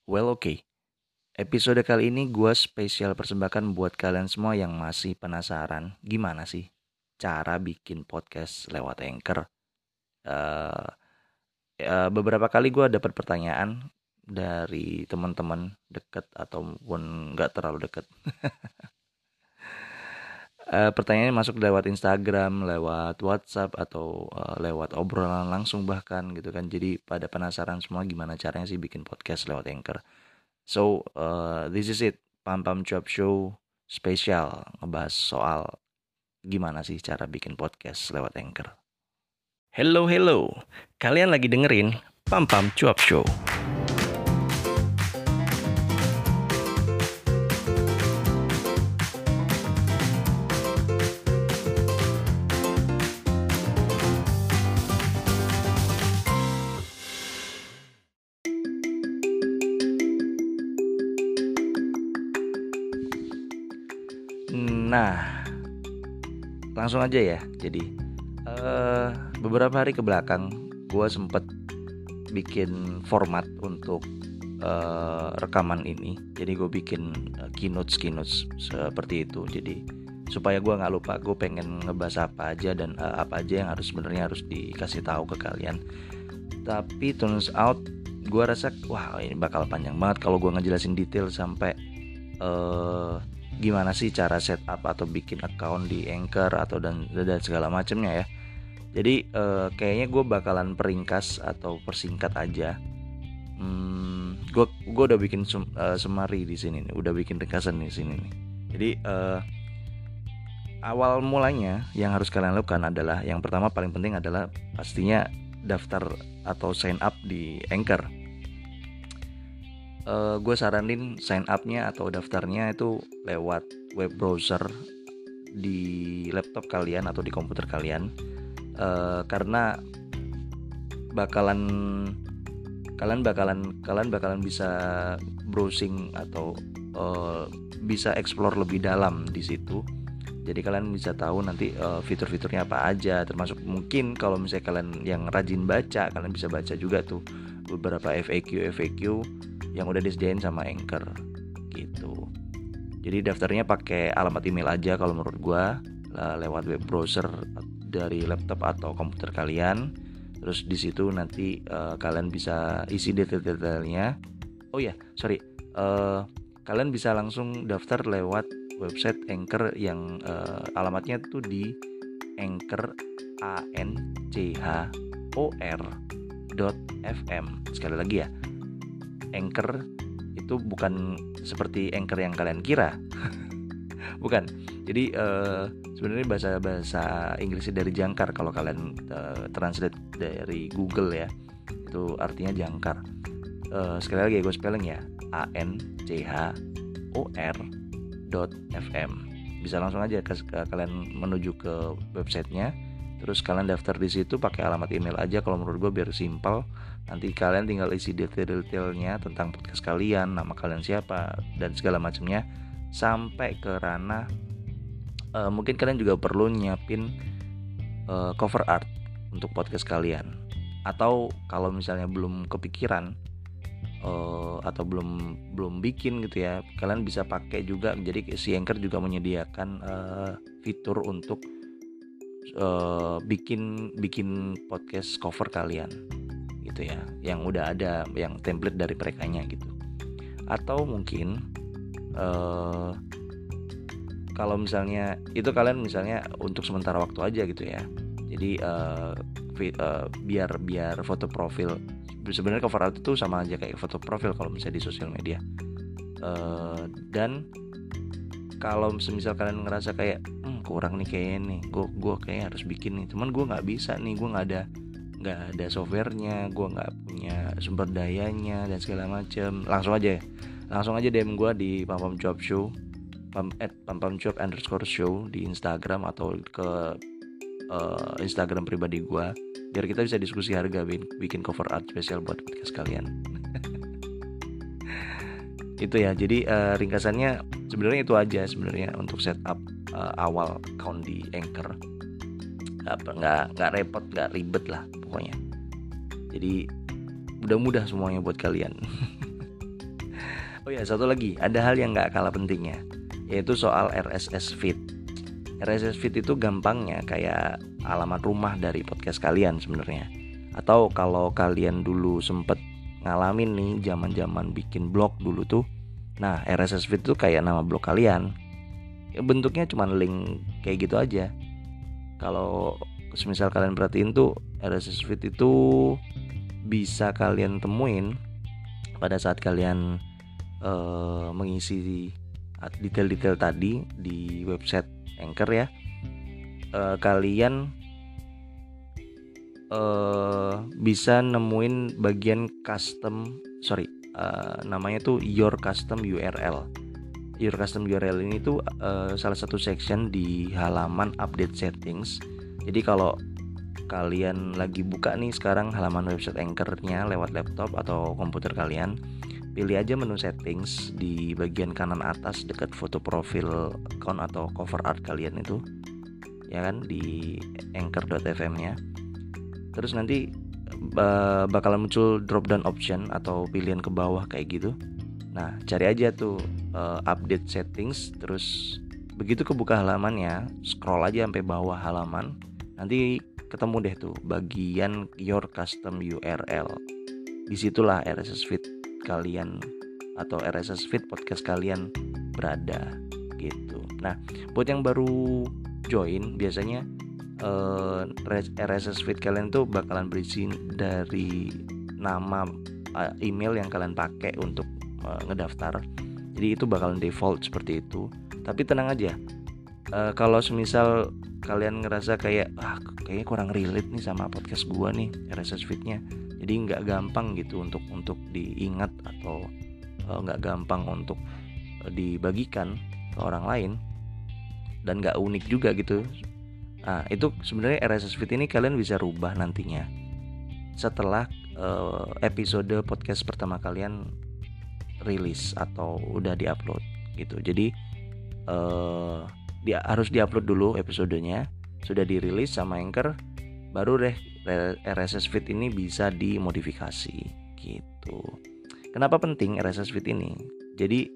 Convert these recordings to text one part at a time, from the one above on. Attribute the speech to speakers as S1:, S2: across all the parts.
S1: Well, oke. Episode kali ini gue spesial persembahkan buat kalian semua yang masih penasaran gimana sih cara bikin podcast lewat Anchor. Eh, Beberapa kali gue dapat pertanyaan dari teman-teman deket ataupun nggak terlalu deket. Pertanyaannya masuk lewat Instagram, lewat WhatsApp atau lewat obrolan langsung bahkan gitu kan. Jadi pada penasaran semua gimana caranya sih bikin podcast lewat Anchor. So, this is it. Pam Pam Cuap Show spesial ngebahas soal gimana sih cara bikin podcast lewat Anchor. Hello, hello. Kalian lagi dengerin Pam Pam Cuap Show. Nah, langsung aja ya. Jadi, beberapa hari ke belakang gue sempet bikin format untuk rekaman ini. Jadi gue bikin keynotes seperti itu. Jadi supaya gue nggak lupa, gue pengen ngebahas apa aja dan apa aja yang sebenarnya harus dikasih tahu ke kalian. Tapi turns out gue rasa wah ini bakal panjang banget kalau gue ngejelasin detail sampai gimana sih cara setup atau bikin account di Anchor atau dan segala macamnya ya. Jadi kayaknya gue bakalan peringkas atau persingkat aja. Gue udah bikin summary di sini nih, udah bikin ringkasan di sini nih. Jadi awal mulanya yang harus kalian lakukan adalah yang pertama paling penting adalah pastinya daftar atau sign up di Anchor. Gue saranin sign up-nya atau daftarnya itu lewat web browser di laptop kalian atau di komputer kalian, karena kalian bakalan bisa browsing atau bisa explore lebih dalam di situ. Jadi kalian bisa tahu nanti fitur-fiturnya apa aja, termasuk mungkin kalau misalnya kalian yang rajin baca, kalian bisa baca juga tuh beberapa FAQ yang udah disediain sama Anchor gitu. Jadi daftarnya pakai alamat email aja kalau menurut gua, lewat web browser dari laptop atau komputer kalian. Terus di situ nanti kalian bisa isi detail-detailnya. Oh ya, sorry. Kalian bisa langsung daftar lewat website Anchor yang alamatnya tuh di Anchor anchor.fm. Sekali lagi ya, Anchor itu bukan seperti Anchor yang kalian kira. Bukan. Jadi sebenarnya bahasa Inggrisnya dari jangkar kalau kalian translate dari Google ya. Itu artinya jangkar. Sekali lagi gue spelling ya, anchor.fm. Bisa langsung aja kalian menuju ke websitenya. Terus kalian daftar di situ pakai alamat email aja kalau menurut gue biar simpel. Nanti kalian tinggal isi detail-detailnya tentang podcast kalian, nama kalian siapa dan segala macamnya, sampai ke ranah mungkin kalian juga perlu nyiapin cover art untuk podcast kalian. Atau kalau misalnya belum kepikiran atau belum bikin gitu ya, kalian bisa pakai juga. Jadi si Anchor juga menyediakan fitur untuk bikin podcast cover kalian gitu ya, yang udah ada yang template dari merekanya gitu. Atau mungkin kalau misalnya itu kalian misalnya untuk sementara waktu aja gitu ya. Jadi biar foto profil, sebenarnya cover art itu sama aja kayak foto profil kalau misalnya di sosial media. Dan kalau misal kalian ngerasa kayak kurang nih kayaknya nih, gue kayaknya harus bikin nih, cuman gue nggak bisa nih, gue nggak ada softwarenya, gue nggak punya sumber dayanya dan segala macem, langsung aja DM gue di Pam Cuap Show, @pampamcuap_show di Instagram atau ke Instagram pribadi gue, biar kita bisa diskusi harga bikin cover art spesial buat podcast kalian. Itu ya. Jadi ringkasannya sebenarnya itu aja sebenarnya untuk setup awal account di Anchor. Nggak repot, nggak ribet lah pokoknya. Jadi mudah semuanya buat kalian. Oh ya, satu lagi, ada hal yang nggak kalah pentingnya, yaitu soal RSS feed. RSS feed itu gampangnya kayak alamat rumah dari podcast kalian sebenarnya. Atau kalau kalian dulu sempet ngalamin nih zaman-zaman bikin blog dulu tuh, nah RSS feed tuh kayak nama blog kalian. Ya, bentuknya cuma link kayak gitu aja. Kalau misal kalian perhatiin tuh, RSS feed itu bisa kalian temuin pada saat kalian mengisi detail-detail tadi di website Anchor ya. Kalian bisa nemuin bagian namanya tuh your custom URL. Your custom URL ini tuh salah satu section di halaman update settings. Jadi kalau kalian lagi buka nih sekarang halaman website Anchor-nya lewat laptop atau komputer kalian, pilih aja menu settings di bagian kanan atas dekat foto profil account atau cover art kalian itu, ya kan, di anchor.fm-nya. Terus nanti bakalan muncul drop down option atau pilihan ke bawah kayak gitu. Nah, cari aja tuh update settings, terus begitu kebuka halamannya, scroll aja sampai bawah halaman. Nanti ketemu deh tuh bagian your custom URL. Disitulah RSS feed kalian atau RSS feed podcast kalian berada gitu. Nah, buat yang baru join, biasanya RSS feed kalian tuh bakalan berisi dari nama email yang kalian pakai untuk ngedaftar. Jadi itu bakalan default seperti itu. Tapi tenang aja, kalau semisal kalian ngerasa kayaknya kurang relate nih sama podcast gua nih RSS feed-nya, jadi nggak gampang gitu untuk diingat atau nggak gampang untuk dibagikan ke orang lain dan nggak unik juga gitu. Nah, itu sebenarnya RSS feed ini kalian bisa rubah nantinya setelah episode podcast pertama kalian rilis atau udah diupload gitu. Jadi harus diupload dulu episodenya, sudah dirilis sama Anchor, baru deh RSS feed ini bisa dimodifikasi gitu. Kenapa penting RSS feed ini? Jadi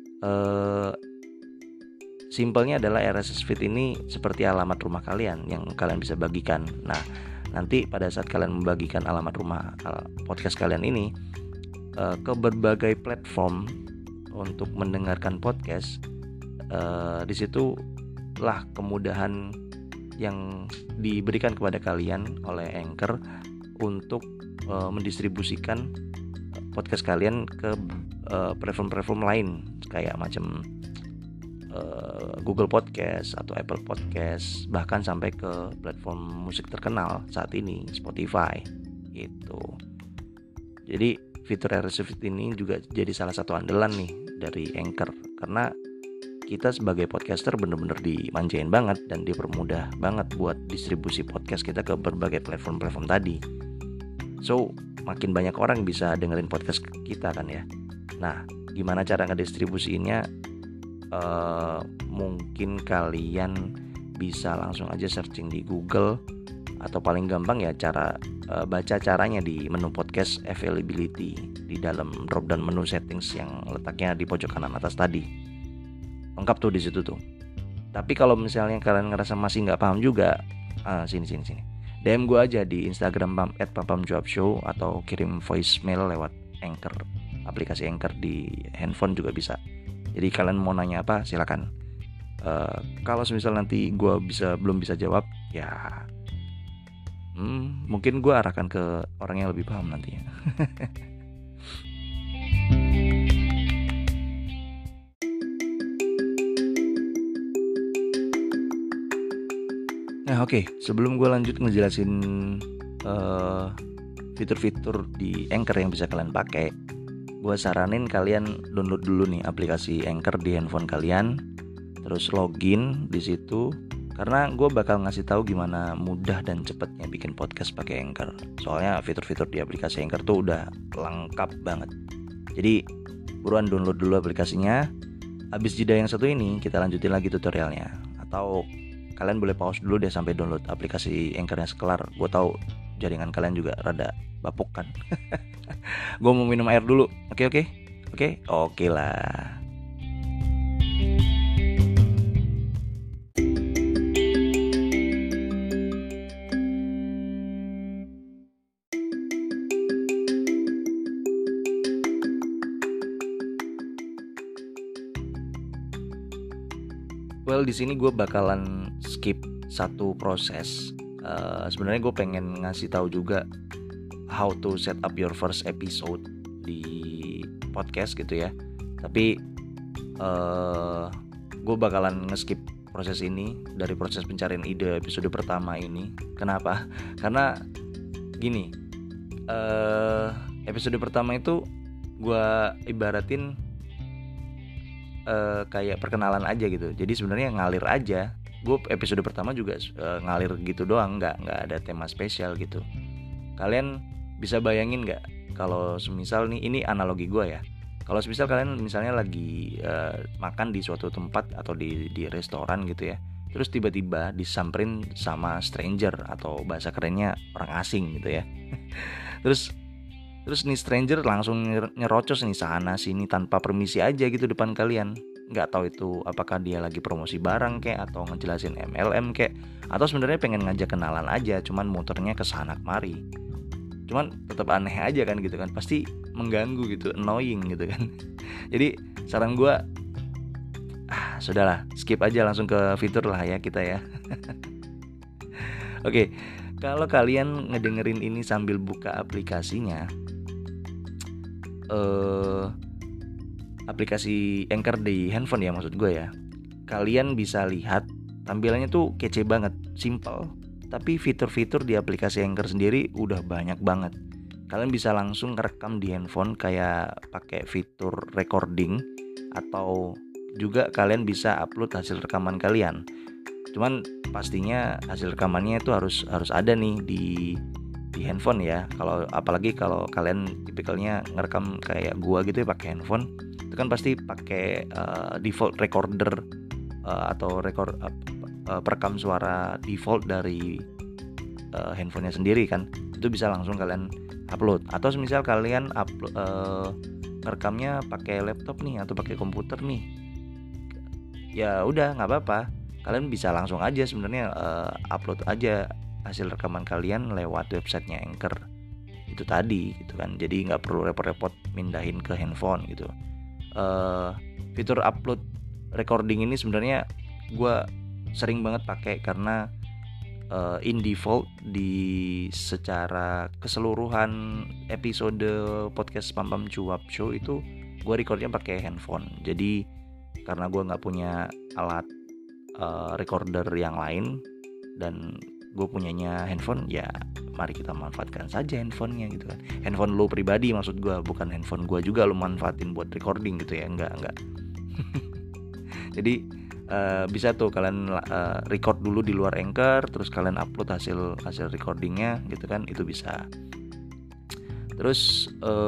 S1: simpelnya adalah RSS feed ini seperti alamat rumah kalian yang kalian bisa bagikan. Nah, nanti pada saat kalian membagikan alamat rumah podcast kalian ini ke berbagai platform untuk mendengarkan podcast, di situ lah kemudahan yang diberikan kepada kalian oleh Anchor untuk mendistribusikan podcast kalian ke platform-platform lain kayak macam Google Podcast atau Apple Podcast, bahkan sampai ke platform musik terkenal saat ini, Spotify gitu. Jadi fitur RSS feed ini juga jadi salah satu andalan nih dari Anchor, karena kita sebagai podcaster bener-bener dimanjain banget dan dipermudah banget buat distribusi podcast kita ke berbagai platform-platform tadi. So, makin banyak orang bisa dengerin podcast kita kan ya. Nah, gimana cara ngedistribusiinnya? Mungkin kalian bisa langsung aja searching di Google, atau paling gampang ya baca caranya di menu podcast availability di dalam drop down menu settings yang letaknya di pojok kanan atas tadi. Lengkap tuh di situ tuh. Tapi kalau misalnya kalian ngerasa masih nggak paham juga, sini DM gue aja di Instagram @papamjawabshow atau kirim voicemail lewat Anchor, aplikasi Anchor di handphone juga bisa. Jadi kalian mau nanya apa silakan. Kalau misal nanti gue belum bisa jawab, ya mungkin gue arahkan ke orang yang lebih paham nantinya. Nah oke, sebelum gue lanjut ngejelasin fitur-fitur di Anchor yang bisa kalian pakai, gue saranin kalian download dulu nih aplikasi Anchor di handphone kalian, terus login di situ, karena gue bakal ngasih tahu gimana mudah dan cepatnya bikin podcast pakai Anchor. Soalnya fitur-fitur di aplikasi Anchor tuh udah lengkap banget. Jadi buruan download dulu aplikasinya. Abis jeda yang satu ini kita lanjutin lagi tutorialnya. Atau kalian boleh pause dulu deh sampai download aplikasi Anchor-nya sekelar. Gue tahu jaringan kalian juga rada bapuk kan. Gue mau minum air dulu. Oke. Oke lah. Well, di sini gue bakalan skip satu proses. Sebenarnya gue pengen ngasih tahu juga how to set up your first episode di podcast gitu ya. Tapi gue bakalan ngeskip proses ini dari proses pencarian ide episode pertama ini. Kenapa? Karena gini, episode pertama itu gue ibaratin kayak perkenalan aja gitu. Jadi sebenarnya ngalir aja. Gue episode pertama juga ngalir gitu doang, nggak ada tema spesial gitu. Kalian bisa bayangin nggak kalau semisal nih, ini analogi gue ya. Kalau semisal kalian misalnya lagi makan di suatu tempat atau di restoran gitu ya, terus tiba-tiba disamperin sama stranger atau bahasa kerennya orang asing gitu ya. Terus nih stranger langsung nyerocos nih sana sini tanpa permisi aja gitu depan kalian. Nggak tahu itu apakah dia lagi promosi barang kek, atau ngejelasin MLM kek, atau sebenarnya pengen ngajak kenalan aja, cuman muternya ke sana kemari. Cuman tetap aneh aja kan gitu kan, pasti mengganggu gitu, annoying gitu kan. Jadi saran gue, sudahlah, skip aja langsung ke fitur lah ya kita ya. Oke, kalau kalian ngedengerin ini sambil buka aplikasinya, aplikasi Anchor di handphone ya maksud gue ya, kalian bisa lihat tampilannya tuh kece banget, simple, tapi fitur-fitur di aplikasi Anchor sendiri udah banyak banget. Kalian bisa langsung ngerekam di handphone kayak pakai fitur recording, atau juga kalian bisa upload hasil rekaman kalian. Cuman pastinya hasil rekamannya itu harus ada nih di handphone ya. Apalagi kalau kalian tipikalnya ngerekam kayak gua gitu ya pakai handphone, itu kan pasti pakai default recorder atau perekam suara default dari handphonenya sendiri kan. Itu bisa langsung kalian upload. Atau misal kalian ngerekamnya pakai laptop nih atau pakai komputer nih, ya udah nggak apa-apa, kalian bisa langsung aja sebenarnya upload aja hasil rekaman kalian lewat websitenya Anchor itu tadi gitu kan. Jadi nggak perlu repot-repot mindahin ke handphone gitu. Fitur upload recording ini sebenarnya gue sering banget pakai karena in default di secara keseluruhan episode podcast Pam Pam Cuap Show itu gue recordnya pakai handphone. Jadi karena gue nggak punya alat recorder yang lain dan gue punyanya handphone, ya mari kita manfaatkan saja handphonenya gitu kan. Handphone lo pribadi maksud gue, bukan handphone gue juga lo manfaatin buat recording gitu ya, enggak. Jadi bisa tuh kalian record dulu di luar Anchor, terus kalian upload hasil recordingnya gitu kan, itu bisa. Terus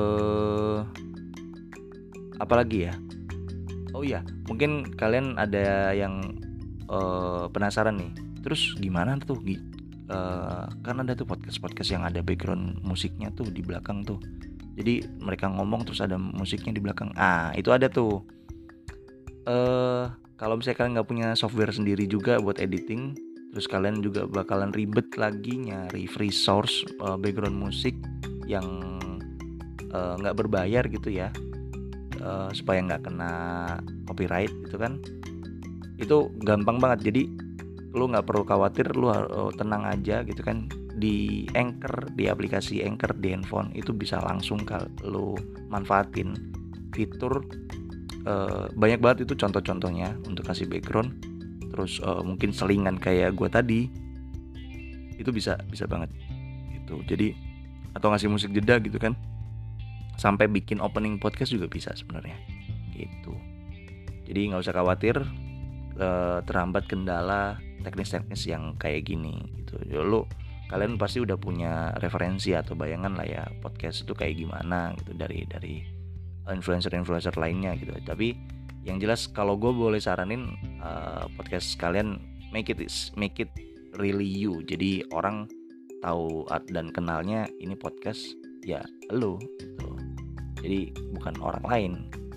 S1: apalagi ya? Oh iya, mungkin kalian ada yang penasaran nih. Terus gimana tuh? Kan ada tuh podcast yang ada background musiknya tuh di belakang tuh. Jadi mereka ngomong terus ada musiknya di belakang. Itu ada tuh. Kalau misalnya kalian nggak punya software sendiri juga buat editing, terus kalian juga bakalan ribet lagi nyari free source background musik yang nggak berbayar gitu ya, supaya nggak kena copyright gitu kan. Itu gampang banget. Jadi lu nggak perlu khawatir, lu tenang aja gitu kan. Di Anchor, di aplikasi Anchor di handphone itu bisa langsung lu manfaatin fitur. Banyak banget itu contoh-contohnya untuk kasih background. Terus mungkin selingan kayak gue tadi itu bisa banget gitu. Jadi atau ngasih musik jeda gitu kan, sampai bikin opening podcast juga bisa sebenarnya gitu. Jadi nggak usah khawatir terhambat kendala teknis yang kayak gini gitu. Kalian pasti udah punya referensi atau bayangan lah ya podcast itu kayak gimana gitu dari influencer lainnya gitu. Tapi yang jelas kalau gue boleh saranin, podcast kalian make it really you. Jadi orang tahu dan kenalnya ini podcast ya lo gitu. Jadi bukan orang lain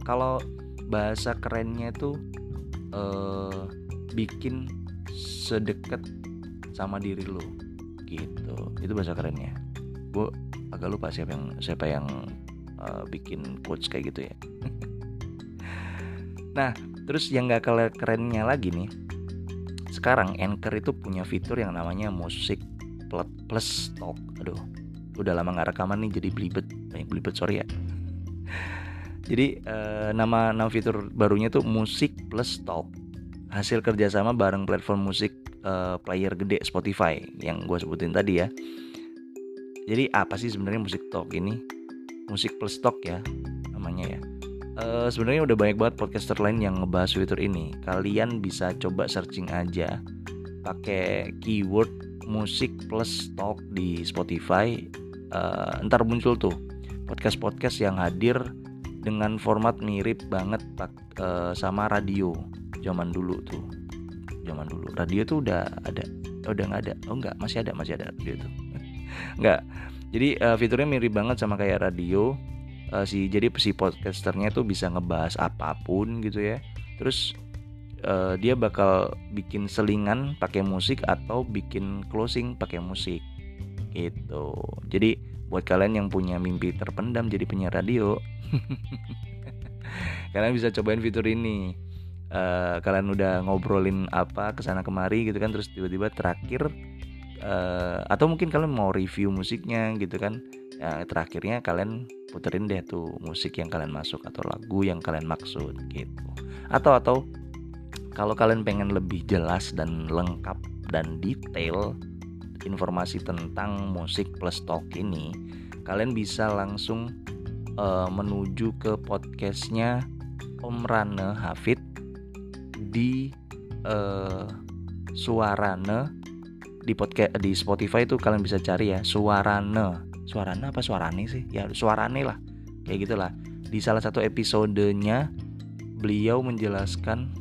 S1: Kalau bahasa kerennya itu bikin sedekat sama diri lo gitu. Itu bahasa kerennya. Gue agak lupa siapa yang bikin quotes kayak gitu ya. Nah, terus yang gak kalah kerennya lagi nih, sekarang Anchor itu punya fitur yang namanya musik plus talk. Aduh, udah lama gak rekaman nih, jadi banyak belibet, sorry ya. Jadi nama fitur barunya tuh musik plus talk, hasil kerjasama bareng platform musik player gede Spotify yang gue sebutin tadi ya. Jadi apa sih sebenarnya musik talk ini? Musik plus talk ya namanya ya. Sebenarnya udah banyak banget podcaster lain yang ngebahas fitur ini. Kalian bisa coba searching aja pakai keyword musik plus talk di Spotify. Ntar muncul tuh podcast yang hadir dengan format mirip banget sama radio zaman dulu. Radio tuh udah nggak ada. Oh enggak, masih ada radio tuh. Enggak. Jadi fiturnya mirip banget sama kayak radio. Jadi si podcasternya tuh bisa ngebahas apapun gitu ya. Terus dia bakal bikin selingan pakai musik atau bikin closing pakai musik gitu. Jadi buat kalian yang punya mimpi terpendam jadi penyiar radio, kalian bisa cobain fitur ini. Kalian udah ngobrolin apa kesana kemari gitu kan, terus tiba-tiba terakhir atau mungkin kalian mau review musiknya gitu kan, terakhirnya kalian puterin deh tuh musik yang kalian masuk atau lagu yang kalian maksud gitu. Atau kalau kalian pengen lebih jelas dan lengkap dan detail informasi tentang musik plus talk ini, kalian bisa langsung menuju ke podcastnya Om Rane Hafid di Suarane. Di Spotify itu kalian bisa cari ya, Suarane apa Suarane sih? Ya Suarane lah, kayak gitulah. Di salah satu episodenya beliau menjelaskan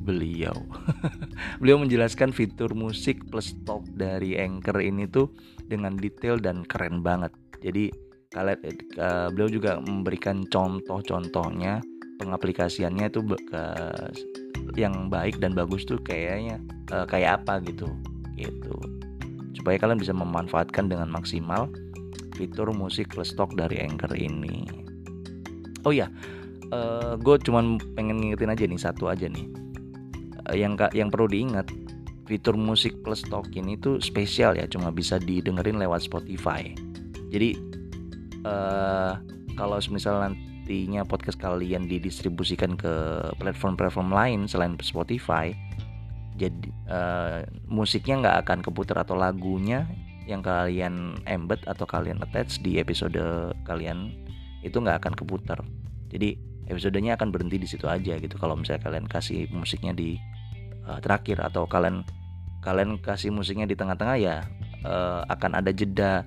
S1: fitur musik plus talk dari Anchor ini tuh dengan detail dan keren banget. Jadi beliau juga memberikan contoh-contohnya pengaplikasiannya itu yang baik dan bagus tuh kayak apa gitu supaya kalian bisa memanfaatkan dengan maksimal fitur musik plus talk dari Anchor ini. Oh ya, gue cuman pengen ngingetin aja nih satu aja nih, yang perlu diingat, fitur musik plus talk ini tuh spesial ya, cuma bisa didengerin lewat Spotify. Jadi kalau misalnya nantinya podcast kalian didistribusikan ke platform-platform lain selain Spotify, jadi musiknya nggak akan keputar, atau lagunya yang kalian embed atau kalian attach di episode kalian itu nggak akan keputar. Jadi episodenya akan berhenti di situ aja gitu. Kalau misalnya kalian kasih musiknya di terakhir, atau kalian kasih musiknya di tengah-tengah, ya akan ada jeda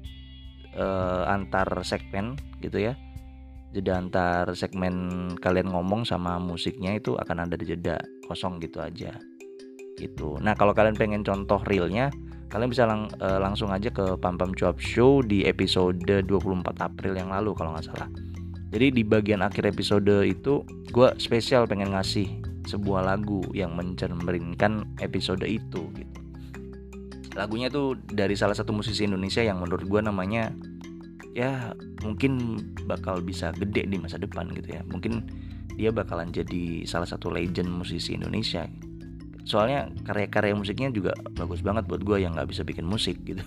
S1: antar segmen gitu ya. Jeda antar segmen kalian ngomong sama musiknya itu akan ada jeda kosong gitu aja gitu. Nah, kalau kalian pengen contoh realnya, kalian bisa langsung aja ke Pam Pam Cuap Show di episode 24 April yang lalu kalau gak salah. Jadi di bagian akhir episode itu gue spesial pengen ngasih sebuah lagu yang mencerminkan episode itu gitu. Lagunya tuh dari salah satu musisi Indonesia yang menurut gue namanya ya mungkin bakal bisa gede di masa depan gitu ya. Mungkin dia bakalan jadi salah satu legend musisi Indonesia. Soalnya karya-karya musiknya juga bagus banget buat gue yang gak bisa bikin musik gitu.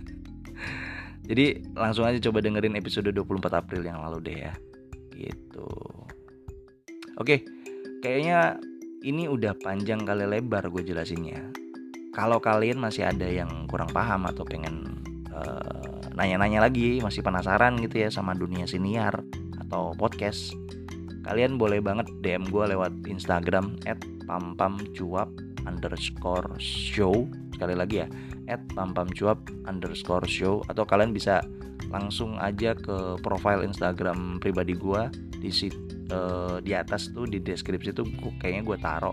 S1: Jadi langsung aja coba dengerin episode 24 April yang lalu deh ya gitu. Oke, kayaknya ini udah panjang kali lebar gue jelasinnya. Kalau kalian masih ada yang kurang paham atau pengen nanya-nanya lagi, masih penasaran gitu ya sama dunia siniar atau podcast, kalian boleh banget DM gue lewat Instagram @pampamcuap_show. Sekali lagi ya, @pampamcuap_show. Atau kalian bisa langsung aja ke profile Instagram pribadi gue di atas tuh di deskripsi tuh kayaknya gue taruh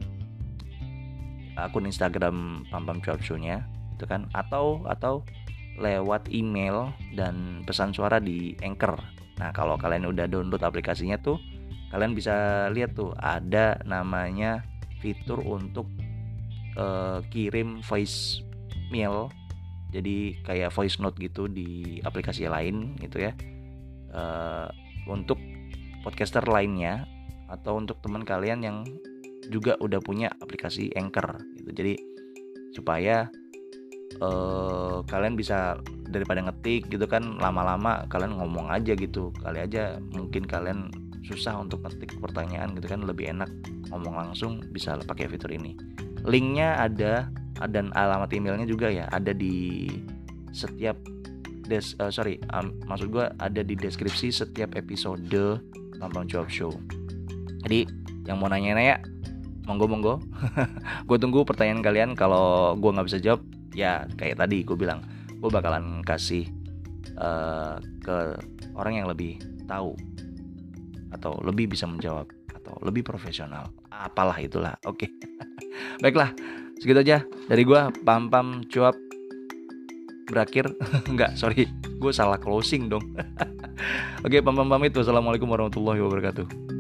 S1: akun Instagram Pam Pam Cuap Show-nya itu kan, atau lewat email dan pesan suara di Anchor. Nah, kalau kalian udah download aplikasinya tuh, kalian bisa lihat tuh ada namanya fitur untuk kirim voice mail. Jadi kayak voice note gitu di aplikasi lain gitu ya. Untuk podcaster lainnya atau untuk teman kalian yang juga udah punya aplikasi Anchor gitu. Jadi supaya kalian bisa, daripada ngetik gitu kan lama-lama, kalian ngomong aja gitu. Kali aja mungkin kalian susah untuk ngetik pertanyaan gitu kan, lebih enak ngomong langsung, bisa pakai fitur ini. Linknya ada dan alamat emailnya juga ya, ada di setiap maksud gue ada di deskripsi setiap episode Pampam Cuap Show. Jadi yang mau nanya-nanya monggo gue tunggu pertanyaan kalian. Kalau gue nggak bisa jawab ya kayak tadi gue bilang, gue bakalan kasih ke orang yang lebih tahu atau lebih bisa menjawab atau lebih profesional, apalah itulah. Oke. Baiklah, segitu aja dari gue. Pampam Cuap berakhir. Enggak, sorry, gue salah closing dong. Oke, pamit. Wassalamualaikum warahmatullahi wabarakatuh.